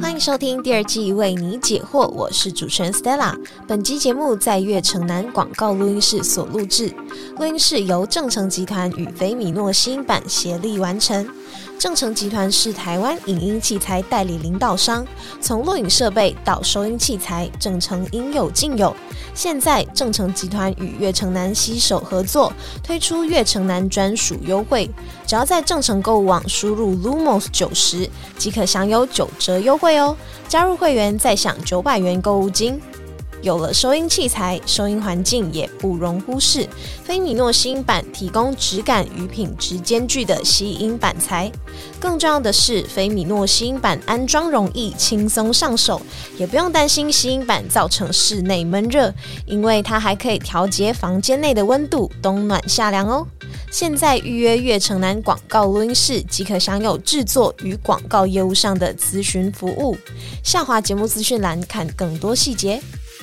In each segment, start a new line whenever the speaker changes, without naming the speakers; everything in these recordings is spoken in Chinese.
欢迎收听第二季为你解惑，我是主持人 Stella。本集节目在悦城南广告录音室所录制，录音室由正成集团与菲米诺新音版协力完成。正成集团是台湾影音器材代理领导商，从录影设备到收音器材，正成应有尽有。现在正成集团与悦城南携手合作，推出悦城南专属优惠，只要在正成购物网输入 LUMOS90 即可享有9折优惠哦。加入会员再享900元购物金。有了收音器材，收音环境也不容忽视。菲米诺新音版提供质感与品质兼具的吸音板材，更重要的是，菲米诺新音版安装容易，轻松上手，也不用担心吸音板造成室内闷热，因为它还可以调节房间内的温度，冬暖夏凉哦。现在预约悦城南广告录音室，即可享有制作与广告业务上的咨询服务。下滑节目资讯栏看更多细节。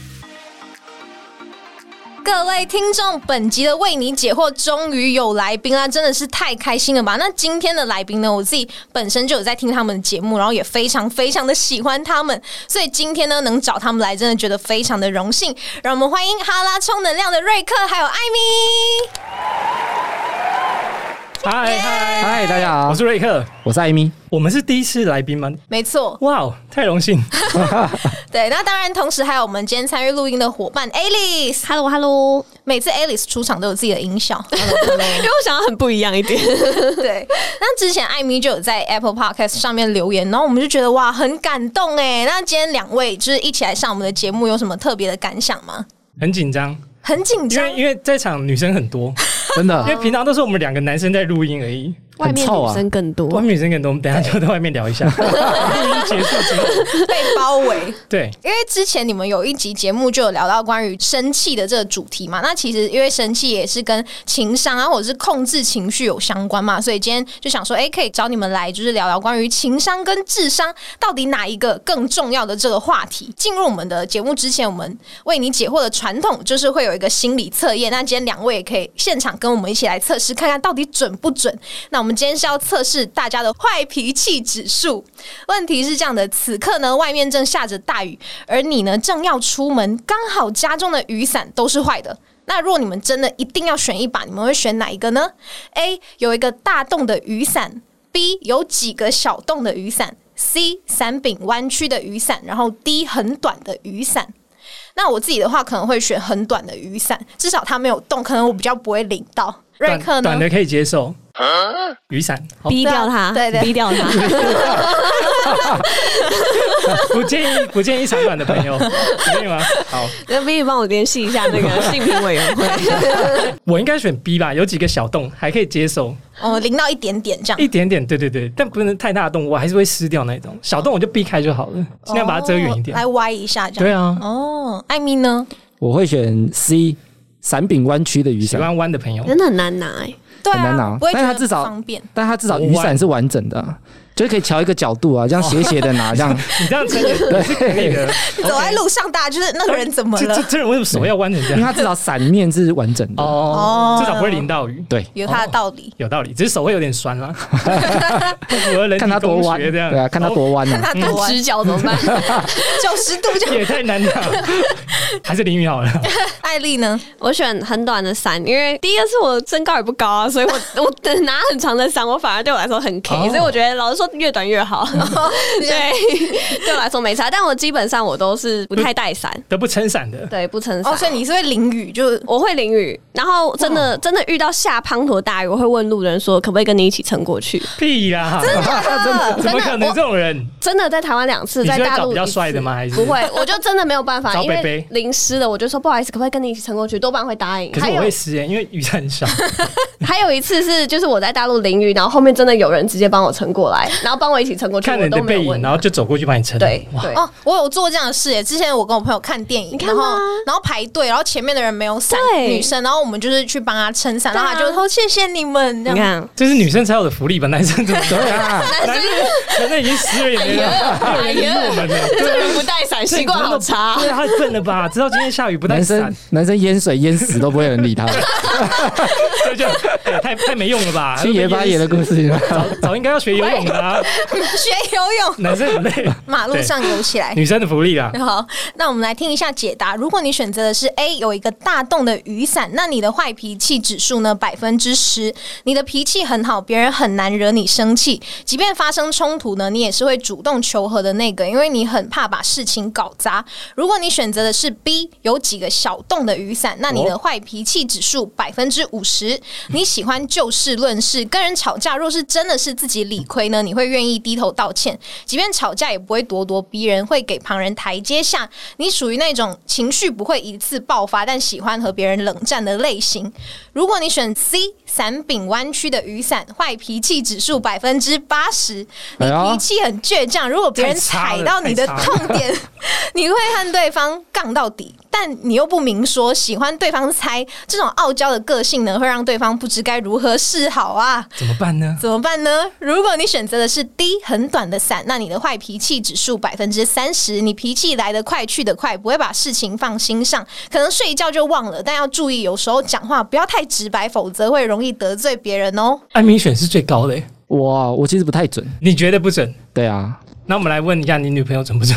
各位听众，本集的为你解惑终于有来宾啦，真的是太开心了吧。那今天的来宾呢，我自己本身就有在听他们的节目，然后也非常非常的喜欢他们，所以今天呢能找他们来，真的觉得非常的荣幸。让我们欢迎哈拉充能量的瑞克还有艾米。
嗨，大家好，
我是瑞克，
我是艾米。
我们是第一次来宾吗？
没错。
哇，太荣幸。
对，那当然同时还有我们今天参与录音的伙伴 Alice。Hello， 每次 Alice 出场都有自己的音效，因
为我想要很不一样一点。
对，那之前艾米就有在 Apple Podcast 上面留言，然后我们就觉得哇很感动哎。那今天2位就是一起来上我们的节目，有什么特别的感想吗？
很紧张，
很紧张，
因为在场女生很多。
真的，
因为平常都是我们2个男生在录音而已，
外面女生更多，
外面女生更多，我们等一下就在外面聊一下。录音结束之后
被包围，
对，
因为之前你们有一集节目就有聊到关于生气的这个主题嘛，那其实因为生气也是跟情商啊或者是控制情绪有相关嘛，所以今天就想说，可以找你们来就是聊聊关于情商跟智商到底哪一个更重要的这个话题。进入我们的节目之前，我们为你解惑的传统就是会有一个心理测验，那今天2位也可以现场跟我们一起来测试，看看到底准不准。那我们今天是要测试大家的坏脾气指数。问题是这样的，此刻呢外面正下着大雨，而你呢正要出门，刚好家中的雨伞都是坏的。那如果你们真的一定要选一把，你们会选哪一个呢？ A 有一个大洞的雨伞， B 有几个小洞的雨伞， C 伞柄弯曲的雨伞，然后 D 很短的雨伞。那我自己的话可能会选很短的雨伞，至少它没有洞，可能我比较不会淋到。瑞克呢？
短的可以接受。雨伞
逼掉他，
对，
逼掉他。
不建议长短的朋友，可以吗？好，
那 B 帮我联系一下那个性平委员会。
我应该选 B 吧，有几个小洞还可以接受。
淋到一点点这样，
一点点，对，但不能太大的洞，我还是会湿掉那种。小洞我就避开就好了，尽量把它遮远一点，
来歪一下这样。
对啊。
艾米呢？
我会选 C， 伞柄弯曲的雨伞。
喜欢弯的朋友
真的很难拿
对啊，
很难拿，
不会觉得方便，
但它至少雨伞是完整的，就是可以调一个角度啊，这样斜斜的拿，这样
你这样撑也是可以的。
走在路上，大家就是那个人怎么了？
这人为什么手要弯成这样？
因为它至少伞面是完整的
至少不会淋到雨。
对，
有它的道理，
有道理，只是手会有点酸啦。不符合人体工学这样，
对啊，看它多弯呢，
看它多弯，
直角怎么办
？90度这样
也太难了，还是淋雨好了。
艾丽呢？
我选很短的伞，因为第一个是我身高也不高啊，所以我拿很长的伞，我反而对我来说很 K，所以我觉得老实说越短越好。对我来说没差，但我基本上我都是不太带伞，
都不撑伞的。
对，不撑伞。
所以你是会淋雨，就
我会淋雨，然后真的遇到下滂沱大雨，我会问路人说可不可以跟你一起撑过去。
屁啦，真的怎么可能这种人？
真的在台湾2次，在大陆
比较帅的吗？还是
不会？我就真的没有办法，因为淋湿了，我就说不好意思，可不可以跟你一起撑过去？多半会答应。
可是我会湿因为雨伞很少。
还有一次是，就是我在大陆淋雨，然后后面真的有人直接帮我撑过来，然后帮我一起撑过去，
看你的背影，然后就走过去帮你撑。
对，
我有做这样的事耶。之前我跟我朋友看电影，
你看吗？
然后排队，然后前面的人没有伞，女生，然后我们就是去帮她撑伞，然后她就说谢谢你们。
你看，
这是女生才有的福利吧？男生怎么对
啊？
男生已经湿了也没了，有人淋我们了。
这人不带伞，习惯好差。
对，太笨了吧？知道今天下雨不带伞，
男生淹水淹死都不会有人理他。
就太没用了吧？
七爷八爷的故事，
早应该要学游泳的。 啊，
学游泳，
男生很累，
马路上游起来。
女生的福利啦。
好，那我们来听一下解答。如果你选择的是 A， 有一个大洞的雨伞，那你的坏脾气指数呢10%。你的脾气很好，别人很难惹你生气，即便发生冲突呢，你也是会主动求和的那个，因为你很怕把事情搞砸。如果你选择的是 B， 有几个小洞的雨伞，那你的坏脾气指数50%。你喜欢就事论事，跟人吵架，若是真的是自己理亏呢，你会愿意低头道歉，即便吵架也不会咄咄逼人，会给旁人台阶下。你属于那种情绪不会一次爆发，但喜欢和别人冷战的类型。如果你选 C， 伞柄弯曲的雨伞，坏脾气指数80%，你脾气很倔强，如果别人踩到你的痛点，你会和对方杠到底，但你又不明说，喜欢对方猜，这种傲娇的个性呢，会让对方不知该如何是好啊。
怎么办呢？
如果你选择的是 D， 很短的伞，那你的坏脾气指数30%，你脾气来得快去得快，不会把事情放心上，可能睡一觉就忘了，但要注意有时候讲话不要太直白，否则会容易得罪别人哦。
艾米选是最高的。
我其实不太准。
你觉得不准？
对啊。
那我们来问一下你女朋友准不准？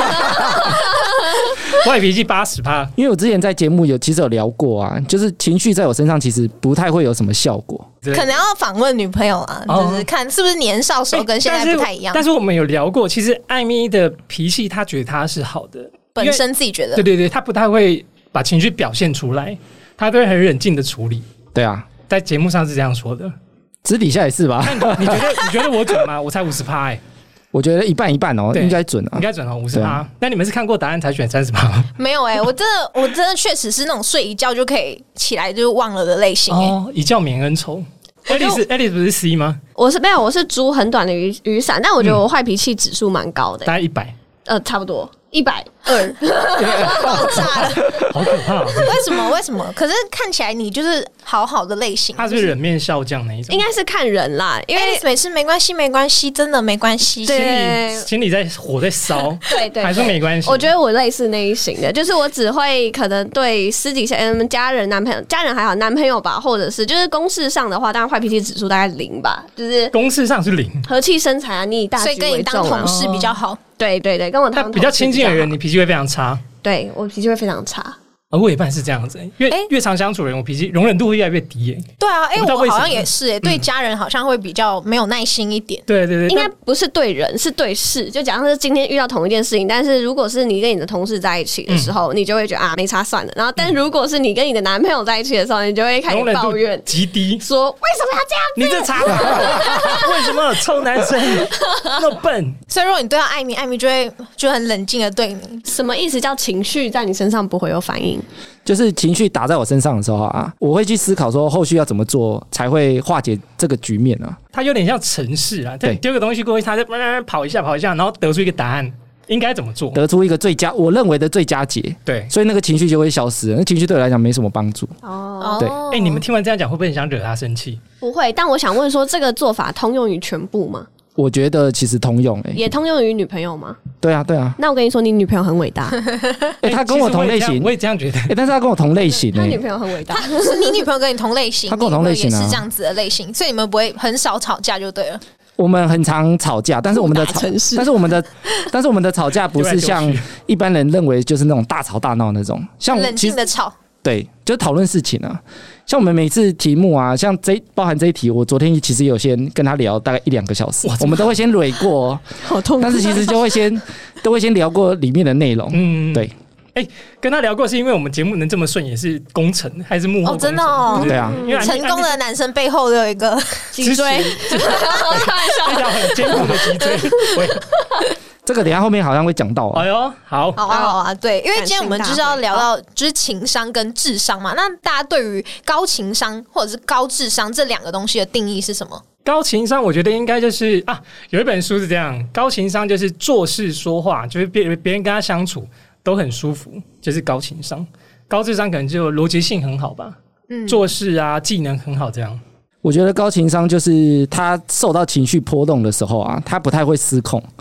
坏脾气80%，
因为我之前在节目其实有聊过啊，就是情绪在我身上其实不太会有什么效果，
可能要访问女朋友啊，就是看是不是年少时候跟现在不太一样。
但是我们有聊过，其实艾米的脾气，她觉得她是好的，
本身自己觉得，
对，她不太会把情绪表现出来，她都会很冷静的处理。
对啊，
在节目上是这样说的，
私底下也是吧？
你觉得我准吗？我才50%哎。
我觉得一半一半哦，应该准啊，
应该准哦，50%。那你们是看过答案才选30%吗？
没有我真的确实是那种睡一觉就可以起来就忘了的类型
哦，一觉免恩仇。Alice 不是 C 吗？
我是租很短的雨伞，但我觉得我坏脾气指数蛮高的，
大概100，
差不多120，
爆炸了，
好可怕！
为什么？可是看起来你就是好好的类型，
他是冷面笑匠那一种，
应该是看人啦，因为
每次没关系，真的没关系，
心里在火在烧，
对，
还说没关系。
我觉得我类似那一型的，就是我只会可能对私底下家人、男朋友，家人还好，男朋友吧，或者是就是公事上的话，当然坏脾气指数大概0吧，就是
公事上是0，
和气生财啊，你以大局为重啊，
所以跟你当同事比较好。
对，跟我当同事
比较亲近的人，你脾气会非常差。
对，我脾气会非常差。
我一半是这样子，越常相处的人，我脾气容忍度会越来越低。
对啊，我好像也是对家人好像会比较没有耐心一点。
对，
应该不是对人，是对事。就假设是今天遇到同一件事情，但是如果是你跟你的同事在一起的时候，你就会觉得没差算了。然后，但如果是你跟你的男朋友在一起的时候，你就会开始抱怨，
极低，
说为什么要这样子？
你这差为什么臭男生那么笨？
所以如果你对到艾米就很冷静的对你，
什么意思？叫情绪在你身上不会有反应？
就是情绪打在我身上的时候啊，我会去思考说后续要怎么做才会化解这个局面啊。
它有点像程式啊，对，丢个东西过去，它就跑一下，然后得出一个答案，应该怎么做？
得出一个我认为的最佳解。
对，
所以那个情绪就会消失了，那情绪对我来讲没什么帮助。对，
你们听完这样讲，会不会很想惹他生气？
不会，但我想问说，这个做法通用于全部吗？
我觉得其实通用
也通用于女朋友吗？
对啊。
那我跟你说，你女朋友很伟大。
他跟我同类型，
我也这样觉得。
但是他跟我同类型，
他女朋友很伟大。
是你女朋友跟你同类型，
他跟我同类型啊，
也是这样子的类型，所以你们不会很少吵架就对了。
我们很常吵架，但是我们的吵架不是像一般人认为就是那种大吵大闹那种，像
冷静的吵。
对，就是讨论事情啊。像我们每次题目啊，像包含这一题，我昨天其实有先跟他聊大概1-2个小时，我们都会先蕊过，
好痛苦。
但是其实都会先聊过里面的内容。对。
跟他聊过是因为我们节目能这么顺，也是功臣还是幕后功臣？
真的哦，
对啊，
成功的男生背后都有一个
脊椎，
一条很坚固的脊椎。
这个等一下后面好像会讲到。
哎呦，好
啊，对，因为今天我们就是要聊到就是情商跟智商嘛。那大家对于高情商或者是高智商这两个东西的定义是什么？
高情商，我觉得应该就是有一本书是这样，高情商就是做事说话，就是别人跟他相处都很舒服，就是高情商。高智商可能就逻辑性很好吧，做事啊技能很好这样。
我觉得高情商就是他受到情绪波动的时候啊，他不太会失控。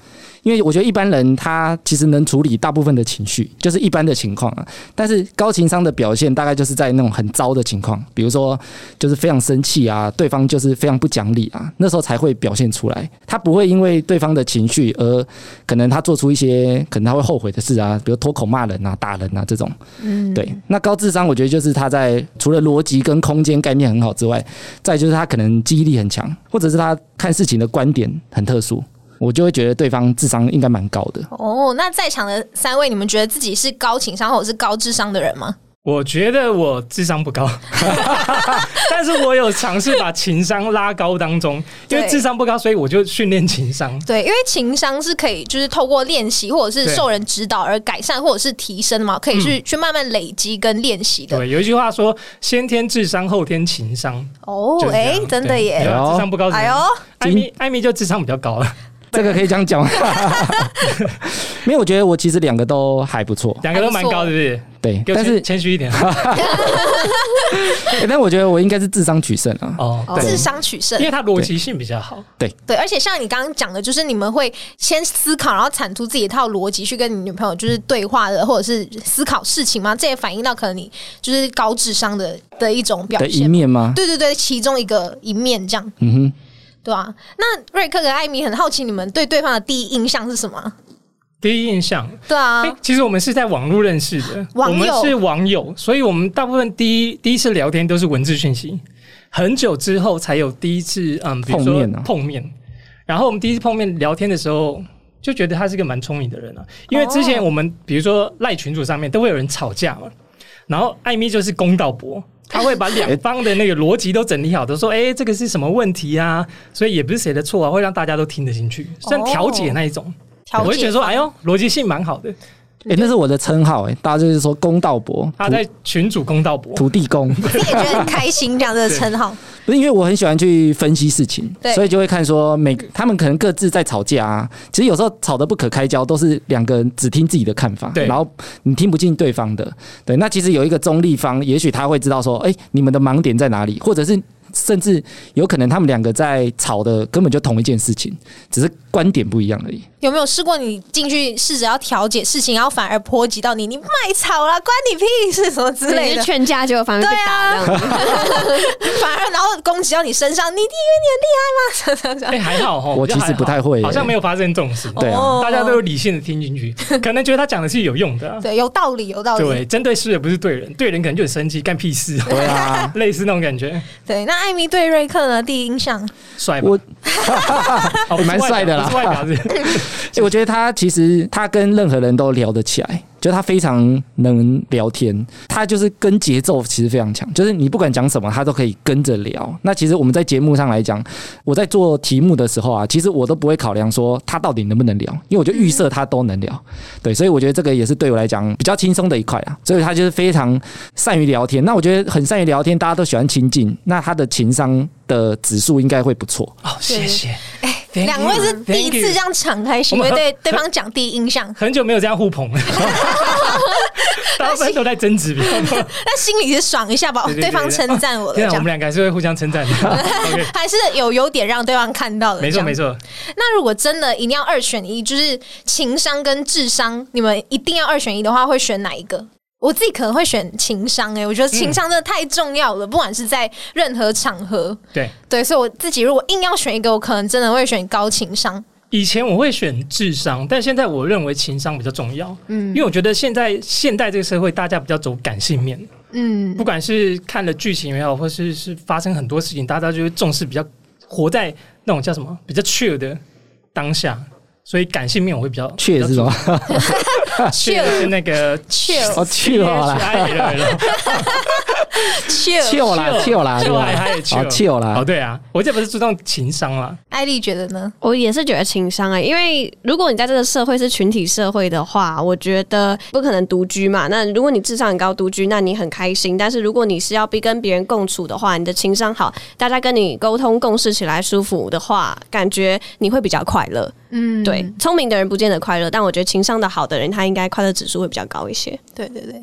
因为我觉得一般人他其实能处理大部分的情绪，就是一般的情况啊。但是高情商的表现大概就是在那种很糟的情况，比如说就是非常生气啊，对方就是非常不讲理啊，那时候才会表现出来。他不会因为对方的情绪而可能他做出一些可能他会后悔的事啊，比如脱口骂人啊、打人啊这种。对。那高智商我觉得就是他在除了逻辑跟空间概念很好之外，再就是他可能记忆力很强，或者是他看事情的观点很特殊。我就会觉得对方智商应该蛮高的。
那在场的3位，你们觉得自己是高情商或者是高智商的人吗？
我觉得我智商不高，但是我有尝试把情商拉高当中，因为智商不高，所以我就训练情商。
对，因为情商是可以就是透过练习或者是受人指导而改善或者是提升嘛，可以去慢慢累积跟练习的。
对，有一句话说先天智商后天情商。
真的耶！
智商不高，艾米就智商比较高了。
这个可以这样讲吗？没有，我觉得我其实2个都还不错，
两个都蛮高，是不是？
对，但是
谦虚一点。
但我觉得我应该是智商取胜啊。
智商取胜，
因为他逻辑性比较好。
对，而且像你刚刚讲的，就是你们会先思考，然后产出自己一套逻辑去跟你女朋友就是对话的，或者是思考事情吗？这也反映到可能你就是高智商的一种表现
的一面吗？
对，其中一面这样。对啊，那瑞克跟艾米很好奇，你们对对方的第一印象是什么？
第一印象，
对啊，
其实我们是在网络认识的，我们是网友，所以我们大部分第一次聊天都是文字讯息，很久之后才有第一次比如说碰面。然后我们第一次碰面聊天的时候，就觉得他是个蛮聪明的人啊，因为之前我们比如说赖群组上面都会有人吵架嘛，然后艾米就是公道伯。他会把两方的那个逻辑都整理好，都说这个是什么问题啊？所以也不是谁的错啊，会让大家都听得进去，算调解那一种。我会觉得说，哎呦，逻辑性蛮好的。
那是我的称号大家就是说公道伯，
他在群组公道伯，
土地公，
自己也觉得很开心这样的称号。
不是因为我很喜欢去分析事情，所以就会看说他们可能各自在吵架啊，其实有时候吵得不可开交，都是2个人只听自己的看法，然后你听不进对方的。对，那其实有一个中立方，也许他会知道说，你们的盲点在哪里，或者是甚至有可能他们2个在吵的根本就同一件事情，只是观点不一样而已。
有没有试过你进去试着要调解事情，然后反而波及到你卖吵啦，关你屁事什么之类的，
劝架结果反而被打这样子，
反而然后攻击到你身上，你以为你很厉害吗？
还好
我其实不太会，
好像没有发生这种事。对啊，大家都有理性的听进去，可能觉得他讲的是有用的。
对，有道理。
对，针对事也不是对人，对人可能就很生气，干屁事。
对啊，
类似那种感觉。
对，那艾米对瑞克呢？第一印象
帅吧？
我蛮帅的啦。
外表
我觉得他其实他跟任何人都聊得起来，就他非常能聊天，他就是跟节奏其实非常强，就是你不管讲什么他都可以跟着聊。那其实我们在节目上来讲，我在做题目的时候啊，其实我都不会考量说他到底能不能聊，因为我就预设他都能聊。对，所以我觉得这个也是对我来讲比较轻松的一块啊。所以他就是非常善于聊天。那我觉得很善于聊天，大家都喜欢亲近，那他的情商的指数应该会不错。
谢谢。
2位是第一次这样敞开心扉对对方讲第一印象，
很久没有这样互捧了。大部分都在争执，
但心里是爽一下吧。对方称赞我了，
我们2个还是会互相称赞的，
还是有优点让对方看到的。
没错。
那如果真的一定要2选1，就是情商跟智商，你们一定要2选1的话，会选哪一个？我自己可能会选情商我觉得情商真的太重要了，不管是在任何场合。对，所以我自己如果硬要选一个，我可能真的会选高情商。
以前我会选智商，但现在我认为情商比较重要。因为我觉得现代这个社会，大家比较走感性面。不管是看了剧情也好，或是发生很多事情，大家就会重视比较活在那种叫什么比较 chill 的当下。所以感性面我会比较
确是什么？
确是那个
确啦，
对啊，我这不是注重情商啦。
艾莉觉得呢？
我也是觉得情商因为如果你在这个社会是群体社会的话，我觉得不可能独居嘛。那如果你智商很高独居，那你很开心。但是如果你是要跟别人共处的话，你的情商好，大家跟你沟通共事起来舒服的话，感觉你会比较快乐。对，聪明的人不见得快乐，但我觉得情商的好的人，他应该快乐指数会比较高一些。
对。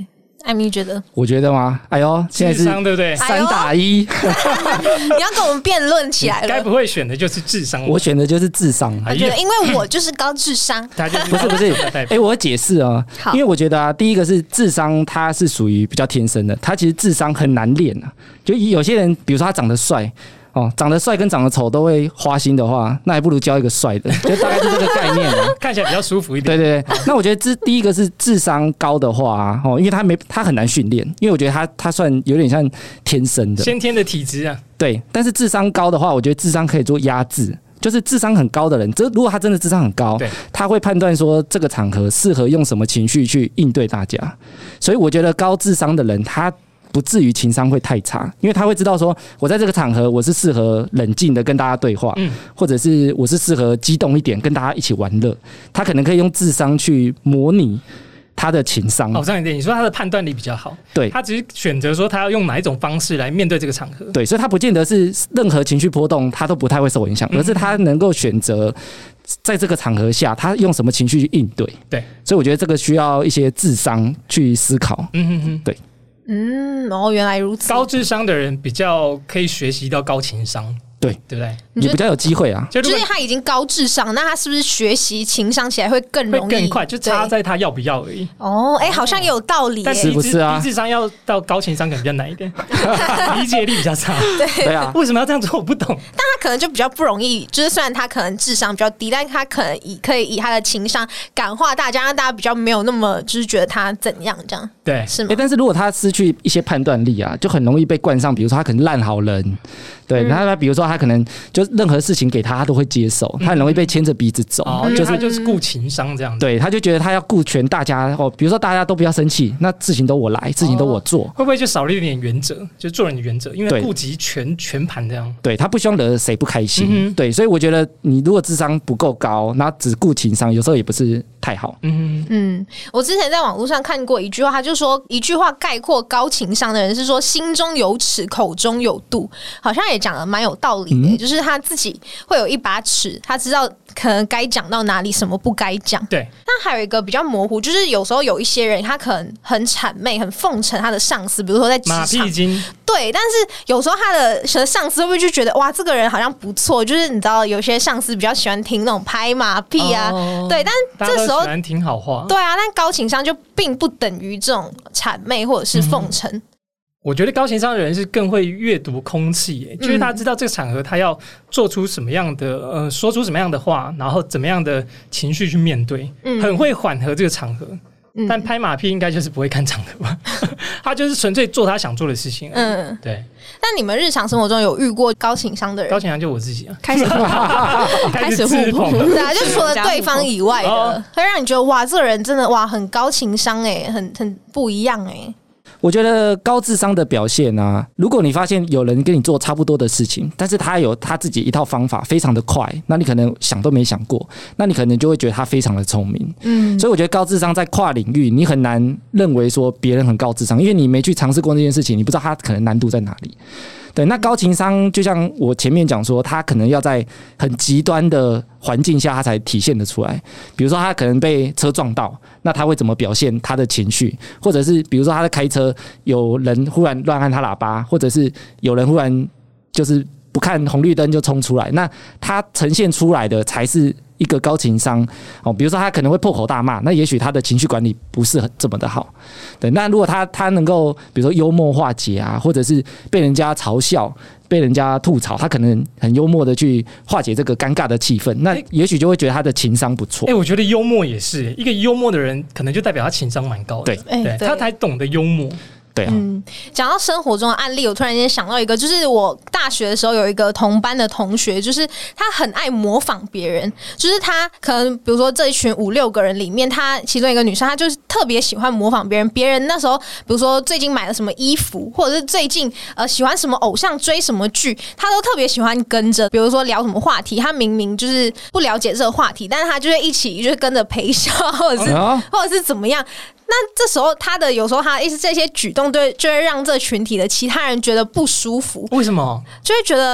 艾米觉得，
我觉得吗？哎呦，现在是
智商对不对？
3打1，
你要跟我们辩论起来了。
该不会选的就是智商？
我选的就是智商。
哎呀，
我觉得，因为我就是高智商。
他就是
不是，我解释啊，
好
因为我觉得啊，第一个是智商，它是属于比较天生的，它其实智商很难练啊。就有些人，比如说他长得帅。长得帅跟长得丑都会花心的话，那还不如交一个帅的，就大概是这个概念啊。
看起来比较舒服一点。
对，那我觉得第一个是智商高的话因为他很难训练，因为我觉得他算有点像天生的
先天的体质啊。
对，但是智商高的话，我觉得智商可以做压制。就是智商很高的人，如果他真的智商很高，他会判断说这个场合适合用什么情绪去应对大家。所以我觉得高智商的人，他不至于情商会太差，因为他会知道说，我在这个场合我是适合冷静的跟大家对话，或者是我是适合激动一点跟大家一起玩乐。他可能可以用智商去模拟他的情商。
这样一点，你说他的判断力比较好，
对，
他只是选择说他要用哪一种方式来面对这个场合。
对，所以他不见得是任何情绪波动他都不太会受影响，而是他能够选择在这个场合下他用什么情绪去应对。
对，
所以我觉得这个需要一些智商去思考。对。
原来如此。
高智商的人比较可以学习到高情商，对不对？
你比较有机会啊。
就是他已经高智商，那他是不是学习情商起来会更容易？
会更快，就差在他要不要而已。
好像也有道理。
但
是不是啊？
低智商要到高情商可能比较难一点，理解力比较差。
对啊，
为什么要这样做？我不懂。
但他可能就比较不容易，就是虽然他可能智商比较低，但他可能可以以他的情商感化大家，让大家比较没有那么就是觉得他怎样这样。
对，
是吗？
但是如果他失去一些判断力啊，就很容易被冠上，比如说他可能烂好人，对，然后他比如说他可能就任何事情给他都会接受，他很容易被牵着鼻子走，
他就是顾情商这样子。
对，他就觉得他要顾全大家比如说大家都不要生气，那事情都我来，事情都我做，
会不会就少了一点原则，就做人的原则，因为顾及全盘这样。
对，他不希望惹谁不开心，对，所以我觉得你如果智商不够高，然后只顾情商，有时候也不是太好。
我之前在网络上看过一句话，他就说一句话概括高情商的人是说心中有尺，口中有度，好像也讲得蛮有道理的，就是他自己会有一把尺，他知道可能该讲到哪里，什么不该讲。
对，
那还有一个比较模糊，就是有时候有一些人他可能很谄媚、很奉承他的上司，比如说在职场，
马屁精。
对，但是有时候他的上司会不会就觉得哇，这个人好像不错？就是你知道，有些上司比较喜欢听那种拍马屁啊，对，但这时候
喜欢听好话，
对啊，但高情商就并不等于这种谄媚或者是奉承。
我觉得高情商的人是更会阅读空气，就是他知道这个场合他要做出什么样的说出什么样的话，然后怎么样的情绪去面对，很会缓和这个场合。但拍马屁应该就是不会看场合吧，他就是纯粹做他想做的事情而已。对。
那你们日常生活中有遇过高情商的人？
高情商就我自己啊，
开始互捧，对啊，就除了对方以外的，会让你觉得哇，这个人真的哇很高情商很不一样
我觉得高智商的表现啊，如果你发现有人跟你做差不多的事情，但是他有他自己一套方法，非常的快，那你可能想都没想过，那你可能就会觉得他非常的聪明。所以我觉得高智商在跨领域，你很难认为说别人很高智商，因为你没去尝试过这件事情，你不知道他可能难度在哪里。对，那高情商就像我前面讲说，他可能要在很极端的环境下，他才体现得出来。比如说，他可能被车撞到，那他会怎么表现他的情绪？或者是比如说他在开车，有人忽然乱按他喇叭，或者是有人忽然就是不看红绿灯就冲出来，那他呈现出来的才是一个高情商比如说他可能会破口大骂，那也许他的情绪管理不是这么的好。对，那如果他能够比如说幽默化解啊，或者是被人家嘲笑、被人家吐槽，他可能很幽默的去化解这个尴尬的气氛，那也许就会觉得他的情商不错。
我觉得幽默也是一个幽默的人，可能就代表他情商蛮高的。对，他才懂得幽默。
对啊，
讲到生活中的案例，我突然间想到一个，就是我大学的时候有一个同班的同学，就是他很爱模仿别人，就是他可能比如说这一群5-6个人里面，他其中一个女生，她就是特别喜欢模仿别人。别人那时候，比如说最近买了什么衣服，或者是最近喜欢什么偶像、追什么剧，他都特别喜欢跟着。比如说聊什么话题，他明明就是不了解这个话题，但是他就会一起就是跟着陪笑，或者是怎么样。那这时候他的有时候他这些举动就会让这群体的其他人觉得不舒服。
为什么？
就会觉得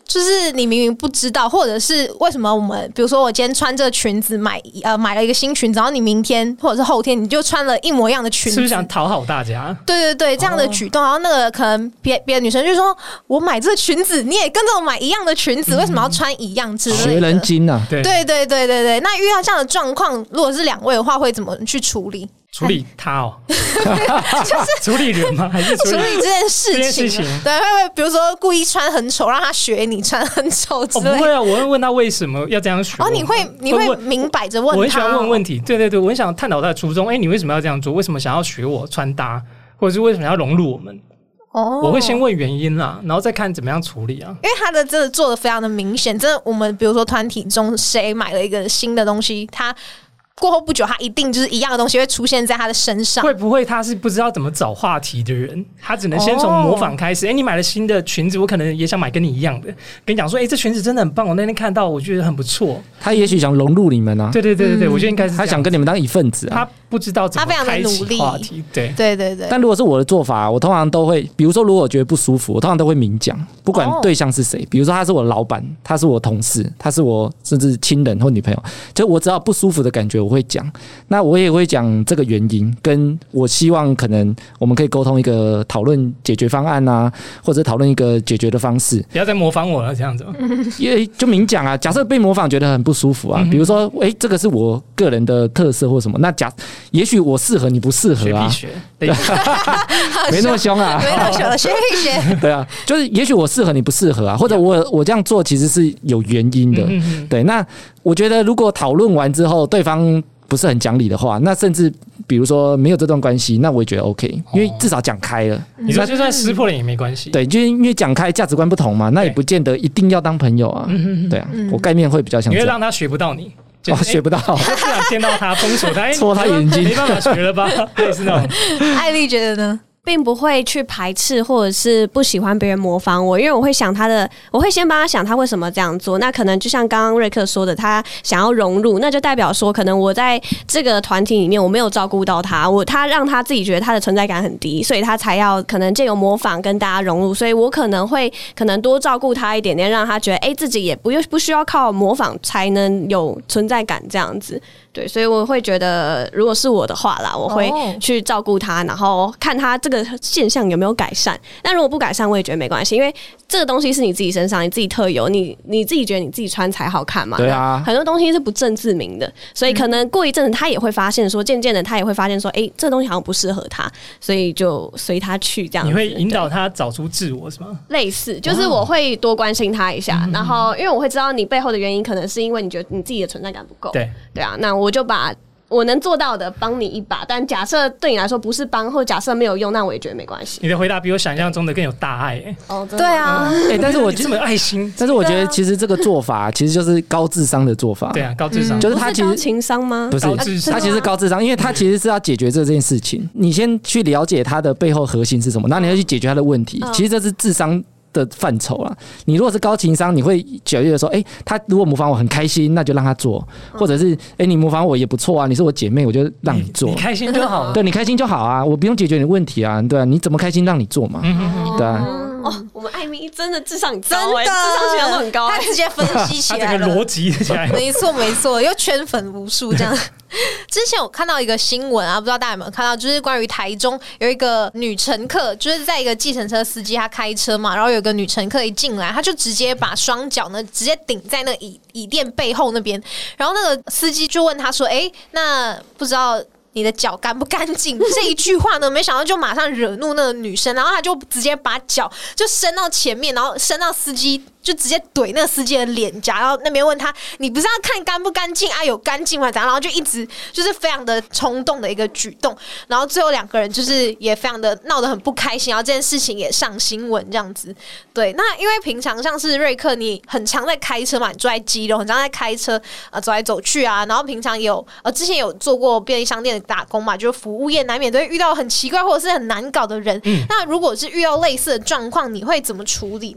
就是你明明不知道，或者是为什么我们，比如说我今天穿这个裙子买了一个新裙子，然后你明天或者是后天你就穿了一模一样的裙子，
是不是想讨好大家？
对对对，这样的举动，然后那个可能别的女生就说：“我买这个裙子，你也跟着我买一样的裙子，为什么要穿一样之类的？”
学人精啊！
对
对对对对对，那遇到这样的状况，如果是2位的话，会怎么去处理？
处理他哦，处理人吗？还是
处理这件事情？对，会不会比如说故意穿很丑，让他学你穿很丑之类的？
不会啊，我会问他为什么要这样学。
你会明摆着问他。
我很喜欢问问题，对对对，我很想探讨他的初衷。你为什么要这样做？为什么想要学我穿搭，或者是为什么要融入我们？我会先问原因啦，然后再看怎么样处理啊。
因为他的真的做的非常的明显，真的，我们比如说团体中谁买了一个新的东西，他过后不久，他一定就是一样的东西会出现在他的身上。
会不会他是不知道怎么找话题的人？他只能先从模仿开始。你买了新的裙子，我可能也想买跟你一样的。跟你讲说，这裙子真的很棒，我那天看到，我觉得很不错。
他也许想融入你们啊。
对对对对对，我觉得应该是
他想跟你们当一份子啊。
他不知道怎么开启话题。对
对对对。
但如果是我的做法，我通常都会，比如说，如果我觉得不舒服，我通常都会明讲，不管对象是谁。比如说他是我老板，他是我同事，他是我甚至亲人或女朋友，就我只要不舒服的感觉，我会讲。那我也会讲这个原因，跟我希望可能我们可以沟通一个讨论解决方案啊，或者讨论一个解决的方式。
不要再模仿我了，这样子。
因为就明讲啊，假设被模仿觉得很不舒服啊，比如说，这个是我个人的特色或什么，那也许我适合你不适合啊，
学
没那么凶啊，
没那么凶了，学一学。
对啊，就是也许我适合你不适合啊，或者我这样做其实是有原因的。对，那我觉得如果讨论完之后，对方不是很讲理的话，那甚至比如说没有这段关系，那我也觉得 OK， 因为至少讲开了。
你说就算撕破脸也没关系。
对，就是因为讲开价值观不同嘛，那也不见得一定要当朋友啊。对啊，我概念会比较像这样。
你会让他学不到你。
学不到，
不想见到他，封锁他，
戳他眼睛，
没办法学了吧？类似那种。
艾莉觉得呢？
并不会去排斥或者是不喜欢别人模仿我，因为我会想我会先帮他想他为什么这样做。那可能就像刚刚瑞克说的，他想要融入，那就代表说可能我在这个团体里面我没有照顾到他，他让他自己觉得他的存在感很低，所以他才要可能借由模仿跟大家融入。所以我可能多照顾他一点点，让他觉得自己也不需要靠模仿才能有存在感这样子。对，所以我会觉得，如果是我的话啦，我会去照顾他，然后看他这个现象有没有改善。但如果不改善，我也觉得没关系，因为这个东西是你自己身上你自己特有，你自己觉得你自己穿才好看嘛。
对啊，
很多东西是不证自明的，所以可能过一阵子他也会发现说，渐渐的他也会发现说，这东西好像不适合他，所以就随他去这样子。
你会引导他找出自我是吗？
类似，就是我会多关心他一下，然后因为我会知道你背后的原因，可能是因为你觉得你自己的存在感不够。对啊，那我就把我能做到的帮你一把，但假设对你来说不是帮，或假设没有用，那我也觉得没关系。
你的回答比我想象中的更有大爱。
对啊，
但是我
这么爱心，
但是我觉得其实这个做法其实就是高智商的做法。
对啊，高智商
就是他其实
不是高情商吗？
不是，他其实是高智商，因为他其实是要解决这件事情。你先去了解他的背后核心是什么，然后你要去解决他的问题。其实这是智商的范畴啦。你如果是高情商，你会觉得说，他如果模仿我很开心，那就让他做；或者是，你模仿我也不错啊，你是我姐妹，我就让你做。
你开心就好了。
对，你开心就好啊，我不用解决你问题啊，对啊，你怎么开心让你做嘛，对啊。
我们艾米真的智商很高，智商情商都很高，
他直接分析起来了，
他整个逻辑起来，
没错，又圈粉无数这样。之前我看到一个新闻啊，不知道大家有没有看到，就是关于台中有一个女乘客，就是在一个计程车司机他开车嘛，然后有个女乘客一进来，他就直接把双脚呢直接顶在那个椅垫背后那边，然后那个司机就问他说：“那不知道你的脚干不干净？”这一句话呢，没想到就马上惹怒那个女生，然后他就直接把脚就伸到前面，然后伸到司机，就直接怼那个司机的脸颊，然后那边问他：“你不是要看干不干净啊？有干净吗？”然后就一直就是非常的冲动的一个举动，然后最后两个人就是也非常的闹得很不开心，然后这件事情也上新闻这样子。对，那因为平常像是瑞克，你很常在开车嘛，你住在基隆，很常在开车走来走去啊，然后平常有之前有做过便利商店的打工嘛，就是服务业难免都会遇到很奇怪或者是很难搞的人。那如果是遇到类似的状况，你会怎么处理呢？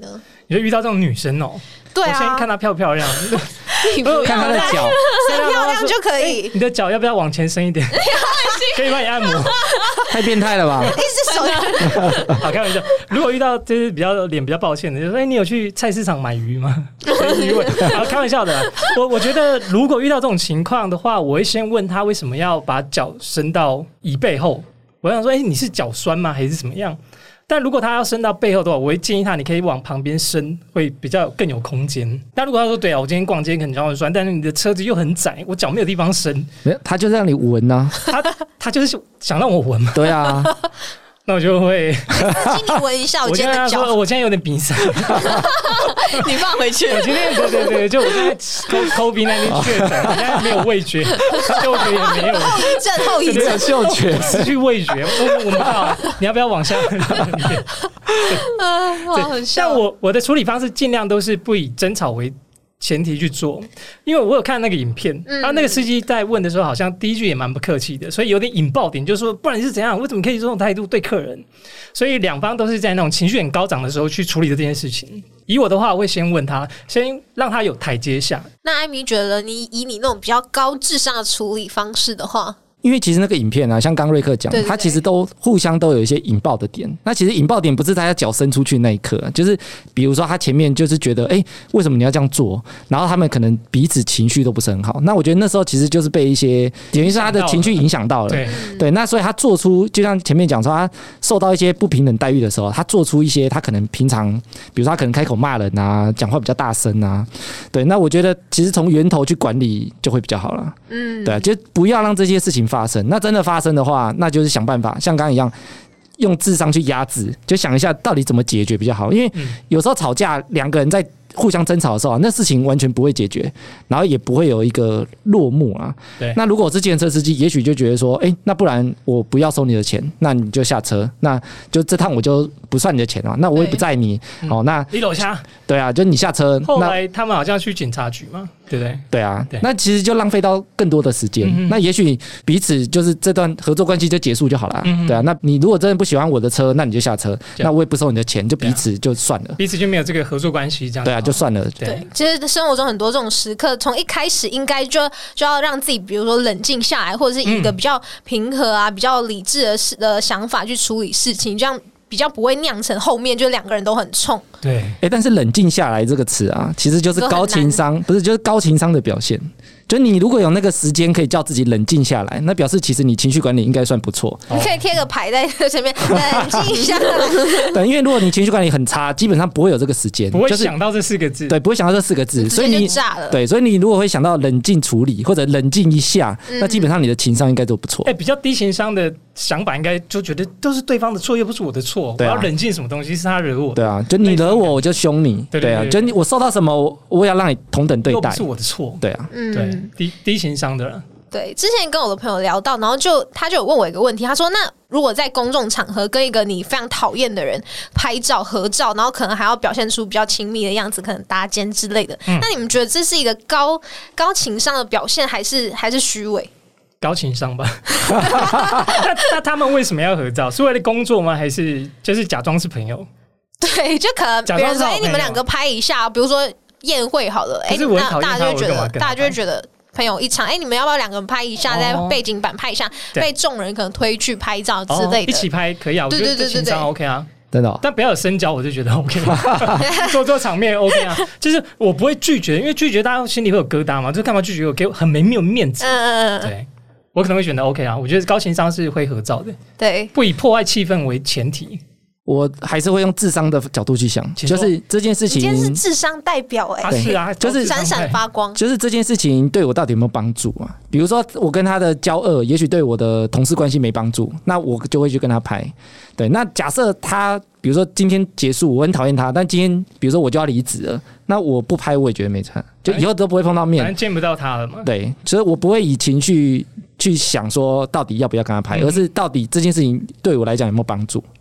你就遇到这种女生哦，
对啊，
我先看她漂不漂亮，
你不要
看他的脚，
漂亮就可以，
你的脚要不要往前伸一点？可以帮你按摩。
太变态了吧？
一只手
好，开玩笑。如果遇到就是脸比较抱歉的，就说：“你有去菜市场买鱼吗？”鱼尾，好，开玩笑的啦。我觉得如果遇到这种情况的话，我会先问他为什么要把脚伸到椅背后。我想说，你是脚酸吗，还是怎么样？但如果他要伸到背后的话，我会建议他，你可以往旁边伸，会比较更有空间。但如果他说对啊，我今天逛街可能脚很酸，但是你的车子又很窄，我脚没有地方伸，
他就让你闻啊，
他就是想让我闻嘛。
对啊，
那我就会
请你闻一下我今天的脚。
我现在有点鼻塞，
你放回去。
我今天对，就我现在COVID那边确诊，我现在没有味觉，嗅觉也没有，
后遗症，
嗅觉
失去味觉，我闻不到。你要不要往下？
好笑。
但我的处理方式尽量都是不以争吵为前提去做，因为我有看那个影片，然后那个司机在问的时候，好像第一句也蛮不客气的，所以有点引爆点，就是说，不然你是怎样？为什么可以这种态度对客人？所以两方都是在那种情绪很高涨的时候去处理这件事情。以我的话，我会先问他，先让他有台阶下。
那艾米觉得，以你那种比较高智商的处理方式的话，
因为其实那个影片啊，像刚瑞克讲，
对对对，
他其实都互相都有一些引爆的点。那其实引爆点不是他要脚伸出去那一刻，就是比如说他前面就是觉得，为什么你要这样做？然后他们可能彼此情绪都不是很好。那我觉得那时候其实就是被一些，等于是他的情绪影响到了。对，那所以他做出，就像前面讲说，他受到一些不平等待遇的时候，他做出一些他可能平常，比如说他可能开口骂人啊，讲话比较大声啊。对，那我觉得其实从源头去管理就会比较好了。对啊，就不要让这些事情发生。那真的发生的话，那就是想办法，像刚刚一样，用智商去压制，就想一下到底怎么解决比较好。因为有时候吵架，两个人在互相争吵的时候，那事情完全不会解决，然后也不会有一个落幕啊。
对。
那如果我是计程车司机，也许就觉得说，那不然我不要收你的钱，那你就下车，那就这趟我就不算你的钱了，那我也不载你。那
你楼下。
对啊，就你下车。
后来他们好像去警察局嘛，对不对？
对啊，那其实就浪费到更多的时间。那也许彼此就是这段合作关系就结束就好了。对啊，那你如果真的不喜欢我的车，那你就下车，那我也不收你的钱，就彼此就算了，
彼此就没有这个合作关系这样。
对啊，就算了。
对，其实生活中很多这种时刻，从一开始应该就要让自己，比如说冷静下来，或者是以一个比较平和啊、比较理智的想法去处理事情，这样比较不会酿成后面就两个人都很冲。
对，
但是冷静下来这个词啊，其实就是高情商，不是就是高情商的表现。就你如果有那个时间可以叫自己冷静下来，那表示其实你情绪管理应该算不错。
你可以贴个牌在前面，冷静下来。
对，因为如果你情绪管理很差，基本上不会有这个时间，
不会想到这4个字。
对，不会想到这4个字，所以你
炸了。
对，所以你如果会想到冷静处理或者冷静一下，那基本上你的情商应该都不错。
比较低情商的想法应该就觉得都是对方的错，又不是我的错，我要冷静什么东西是他惹我的。
对啊，就你惹我，我就凶你。对啊，就我受到什么，我也要让你同等对待，又
不是我的错。
对啊，
对，低情商的人。
对，之前跟我的朋友聊到，然后他就有问我一个问题，他说：“那如果在公众场合跟一个你非常讨厌的人拍照合照，然后可能还要表现出比较亲密的样子，可能搭肩之类的，那你们觉得这是一个高情商的表现，还是虚伪？”
高情商吧。那他们为什么要合照？是为了工作吗？还是就是假装是朋友？
对，就可能别人说：“你们两个拍一下，比如说宴会好了。”那大家就会觉得。朋友一场，你们要不要2个人拍一下，在背景板拍一下，被众人可能推去拍照之类的，
一起拍可以啊，我觉得这情商 OK 啊，
真的。
但不要有深交，我就觉得 OK， 做场面 OK 啊，就是我不会拒绝，因为拒绝大家心里会有疙瘩嘛，就干嘛拒绝我，给我很没有面子。对，我可能会选择 OK 啊，我觉得高情商是会合照的，
对，
不以破坏气氛为前提。
我还是会用智商的角度去想，就是这件事情，
你今天是智商代表
是啊，
就是
闪闪发光，
就是这件事情对我到底有没有帮助啊？比如说我跟他的交恶，也许对我的同事关系没帮助，那我就会去跟他拍。对，那假设他比如说今天结束，我很讨厌他，但今天比如说我就要离职了，那我不拍我也觉得没差，就以后都不会碰到面，
反正见不到他了嘛。
对，所以我不会以情绪去想说到底要不要跟他拍，而是到底这件事情对我来讲有没有帮助。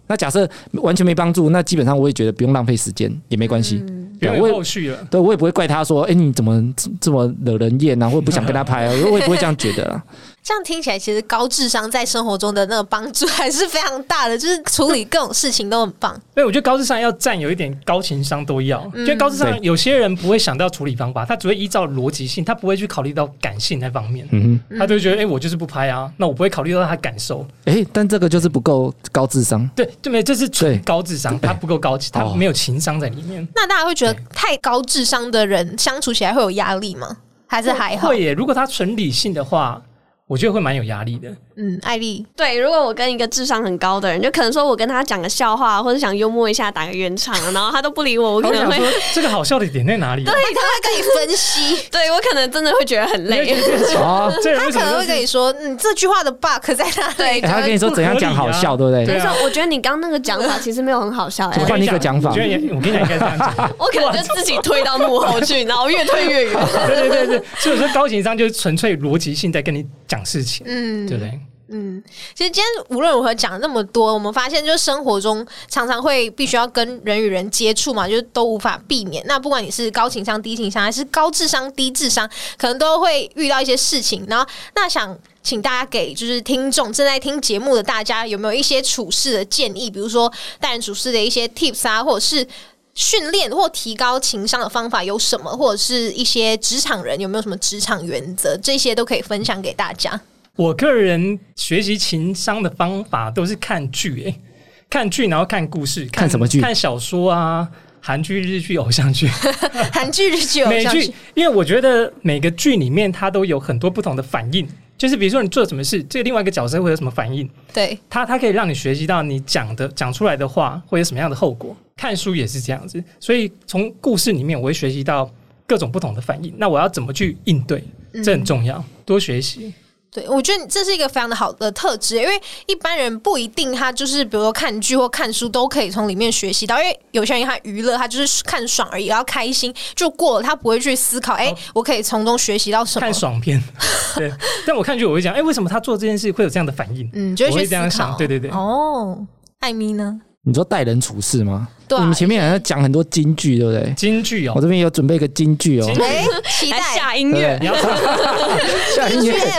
那假设完全没帮助，那基本上我也觉得不用浪费时间，也没关系。
不用有后续了。
对，我也不会怪他说，你怎么这么惹人厌啊，或者不想跟他拍啊，我也不会这样觉得啦。
这样听起来，其实高智商在生活中的那个帮助还是非常大的，就是处理各种事情都很棒。
对，我觉得高智商要占有一点高情商都要。因为高智商有些人不会想到处理方法，他只会依照逻辑性，他不会去考虑到感性那方面。他就会觉得，我就是不拍啊，那我不会考虑到他感受。
但这个就是不够高智商。
对，这是纯高智商，他不够高，他没有情商在里面。
那大家会觉得太高智商的人相处起来会有压力吗？还是还好？
会耶，如果他纯理性的话，我觉得会蛮有压力的。
艾莉，
对，如果我跟一个智商很高的人，就可能说我跟他讲个笑话，或者想幽默一下，打个圆场，然后他都不理我，我可能会
说这个好笑的点在哪里？
对，他会跟你分析，
对我可能真的会觉得很累。
他可能会跟你说，这句话的 bug 在哪里？
他会跟你说怎样讲好笑，对不对？
没错，我觉得你刚那个讲法其实没有很好笑。
我换一个讲法，
我跟你讲，应该这样讲。
我可能就自己推到幕后去，然后越推越远。
对，所以我说高情商就是纯粹逻辑性在跟你讲事情，对不对？
其实今天无论如何讲那么多，我们发现就是生活中常常会必须要跟人与人接触嘛，就是都无法避免。那不管你是高情商、低情商，还是高智商、低智商，可能都会遇到一些事情。然后，那想请大家给就是听众正在听节目的大家，有没有一些处事的建议？比如说待人处事的一些 tips 啊，或者是训练或提高情商的方法有什么？或者是一些职场人有没有什么职场原则？这些都可以分享给大家。
我个人学习情商的方法都是看剧，看剧然后看故事，
看什么剧？
看小说啊，韩剧、日剧、偶像剧，
韩剧、日剧、偶像剧。
因为我觉得每个剧里面它都有很多不同的反应，就是比如说你做什么事，这个另外一个角色会有什么反应，
对，
它可以让你学习到你讲出来的话会有什么样的后果。看书也是这样子，所以从故事里面我会学习到各种不同的反应，那我要怎么去应对，这很重要，多学习。
对，我觉得这是一个非常的好的特质，因为一般人不一定他就是比如说看剧或看书都可以从里面学习到，因为有些人他娱乐他就是看爽而已，然后开心就过了，他不会去思考我可以从中学习到什么。
看爽片，对。但我看剧我会讲，为什么他做这件事会有这样的反应？
就会去思考。
我会这样想，对。
艾咪呢？
你说待人处事吗？
对，
你们前面好像讲很多金句，对不对？
金句
我这边有准备一个金句哦。
期待
下音乐，
你要
下音乐。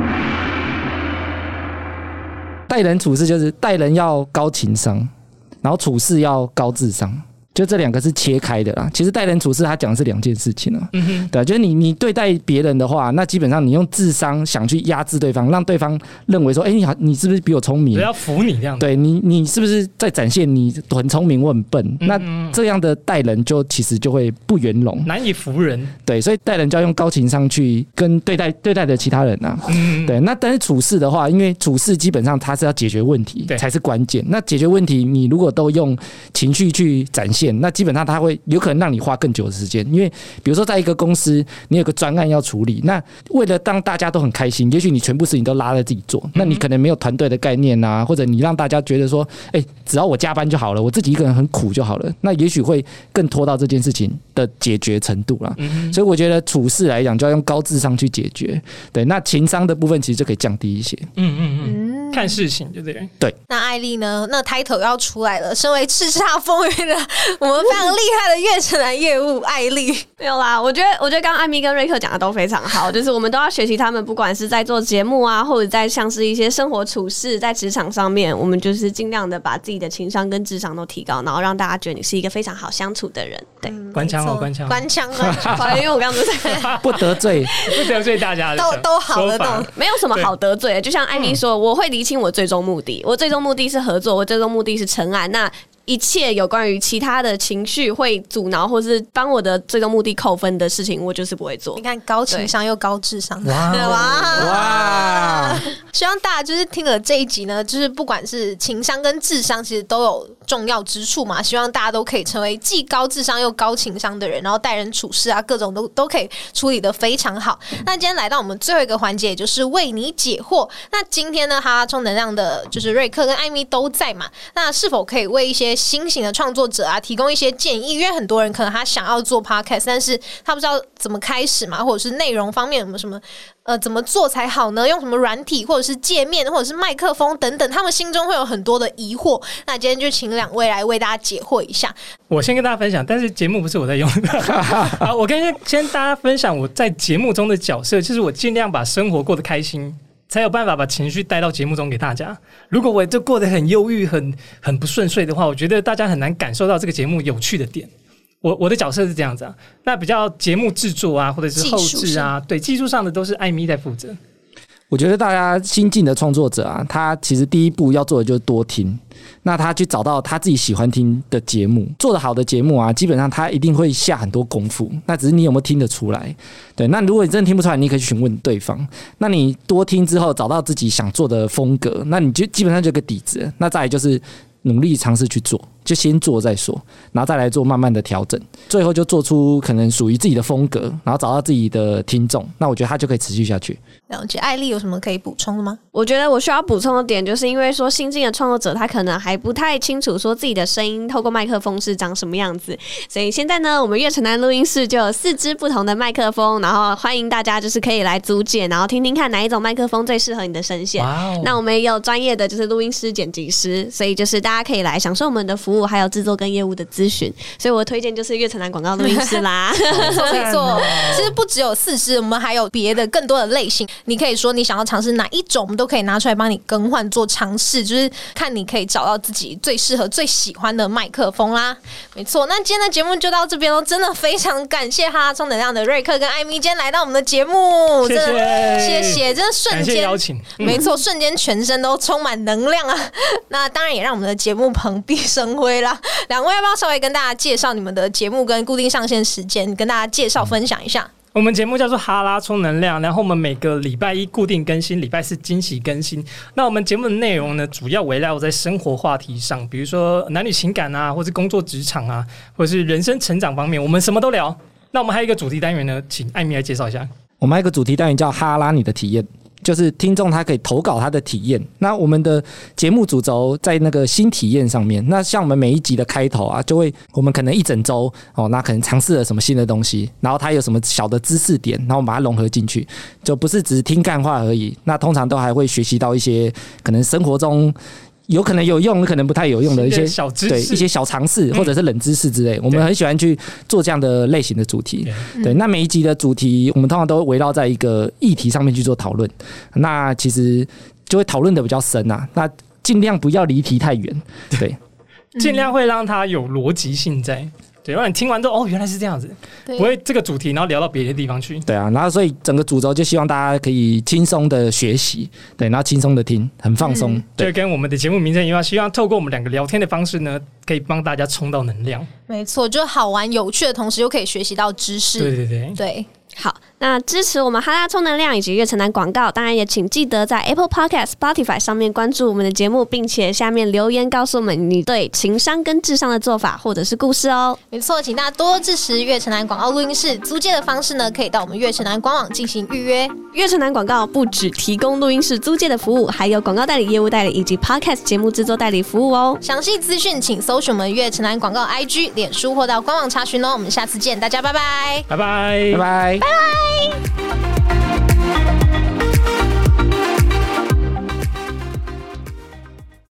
待人处事就是待人要高情商，然后处事要高智商，就这两个是切开的啦。其实待人处事他讲的是两件事情啊，对，就是你对待别人的话，那基本上你用智商想去压制对方，让对方认为说，你是不是比我聪明？
我要服你这样。
对你是不是在展现你很聪明，我很笨？那这样的待人就其实就会不圆融，
难以服人。
对，所以待人就要用高情商去跟对待的其他人啊。对，那但是处事的话，因为处事基本上它是要解决问题才是关键。那解决问题，你如果都用情绪去展现，那基本上它会有可能让你花更久的时间。因为比如说在一个公司，你有个专案要处理，那为了让大家都很开心，也许你全部事情都拉在自己做，那你可能没有团队的概念啊，或者你让大家觉得说，只要我加班就好了，我自己一个人很苦就好了，那也许会更拖到这件事情的解决程度啦。所以我觉得处事来讲，就要用高智商去解决。对，那情商的部分其实就可以降低一些。
看事情就这样。
对。
那艾莉呢？那 title 要出来了，身为叱咤风云的我们非常厉害的月城南业务艾莉，
没有啦。我觉得刚刚艾咪跟瑞克讲的都非常好，就是我们都要学习他们，不管是在做节目啊，或者在像是一些生活处事，在职场上面，我们就是尽量的把自己的情商跟智商都提高，然后让大家觉得你是一个非常好相处的人。对，
官腔哦，官腔，
因为我刚刚在
不得罪
大家的
都好了，都
没有什么好得罪的。就像艾咪说，我会厘清我最终目的，我最终目的是合作，我最终目的是成案。那一切有关于其他的情绪会阻挠或是帮我的最终目的扣分的事情，我就是不会做。
你看，高情商又高智商，
哇！
希望大家就是听了这一集呢，就是不管是情商跟智商，其实都有重要之处嘛。希望大家都可以成为既高智商又高情商的人，然后待人处事啊，各种都可以处理得非常好。那今天来到我们最后一个环节，也就是为你解惑。那今天呢，哈拉充能量的就是瑞克跟艾咪都在嘛，那是否可以为一些新型的创作者啊，提供一些建议，因为很多人可能他想要做 podcast， 但是他不知道怎么开始嘛，或者是内容方面有没有什么怎么做才好呢？用什么软体，或者是界面，或者是麦克风等等，他们心中会有很多的疑惑。那今天就请2位来为大家解惑一下。
我先跟大家分享，但是节目不是我在用的啊。我先大家分享我在节目中的角色，就是我尽量把生活过得开心，才有办法把情绪带到节目中给大家。如果我就过得很忧郁、很不顺遂的话，我觉得大家很难感受到这个节目有趣的点。我的角色是这样子啊，那比较节目制作啊，或者是后制啊，对技术上的都是艾咪在负责。
我觉得大家新进的创作者啊，他其实第一步要做的就是多听。那他去找到他自己喜欢听的节目，做得好的节目啊，基本上他一定会下很多功夫。那只是你有没有听得出来？对，那如果你真的听不出来，你可以去询问对方。那你多听之后，找到自己想做的风格，那你就基本上就有个底子。那再来就是努力尝试去做，就先做再说，然后再来做慢慢的调整，最后就做出可能属于自己的风格，然后找到自己的听众。那我觉得他就可以持续下去。
了解，艾莉有什么可以补充的吗？
我觉得我需要补充的点，就是因为说新进的创作者他可能还不太清楚说自己的声音透过麦克风是长什么样子，所以现在呢，我们月城南录音室就有4支不同的麦克风，然后欢迎大家就是可以来租借，然后听听看哪一种麦克风最适合你的声线。那我们也有专业的就是录音师、剪辑师，所以就是大家可以来享受我们的服务，还有制作跟业务的咨询。所以我推荐就是月城南广告录音室啦。
没错，其实不只有4支，我们还有别的更多的类型。你可以说你想要尝试哪一种，我们都可以拿出来帮你更换做尝试，就是看你可以找到自己最适合、最喜欢的麦克风啦。没错，那今天的节目就到这边咯，真的非常感谢哈拉充能量的瑞克跟艾咪今天来到我们的节目，真的谢谢，真的瞬间
邀请，
没错，瞬间全身都充满能量啊！那当然也让我们的节目蓬荜生辉啦。2位要不要稍微跟大家介绍你们的节目跟固定上线时间，跟大家介绍分享一下？
我们节目叫做哈拉充能量，然后我们每个礼拜1固定更新，礼拜4惊喜更新。那我们节目的内容呢，主要围绕在生活话题上，比如说男女情感啊，或是工作职场啊，或是人生成长方面，我们什么都聊。那我们还有一个主题单元呢，请艾咪来介绍一下。
我们还有一个主题单元叫哈拉你的体验，就是听众他可以投稿他的体验。那我们的节目主轴在那个新体验上面。那像我们每一集的开头啊，就会我们可能1整周那可能尝试了什么新的东西，然后它有什么小的知识点，然后我们把它融合进去，就不是只听干话而已。那通常都还会学习到一些可能生活中有可能有用，可能不太有用的一些
小知识，
对一些小常识或者是冷知识之类。我们很喜欢去做这样的类型的主题。对，那每一集的主题，我们通常都围绕在一个议题上面去做讨论。那其实就会讨论的比较深啊。那尽量不要离题太远，对，
尽量会让它有逻辑性在。对，让你听完之后，原来是这样子，不会这个主题然后聊到别的地方去。
对啊，然后所以整个主轴就希望大家可以轻松的学习，对，然后轻松的听，很放松。
就跟我们的节目名称一样，希望透过我们2个聊天的方式呢，可以帮大家充到能量。
没错，就好玩有趣的同时，又可以学习到知识。
对。
好，那支持我们哈拉充能量以及月城南广告，当然也请记得在 Apple Podcast、Spotify 上面关注我们的节目，并且下面留言告诉我们你对情商跟智商的做法或者是故事哦。
没错，请大家多支持月城南广告录音室。租借的方式呢，可以到我们月城南官网进行预约。
月城南广告不只提供录音室租借的服务，还有广告代理、业务代理以及 Podcast 节目制作代理服务哦。
详细资讯请搜寻我们月城南广告 IG、脸书或到官网查询哦。我们下次见，大家拜拜，
拜拜，
拜拜。
拜拜。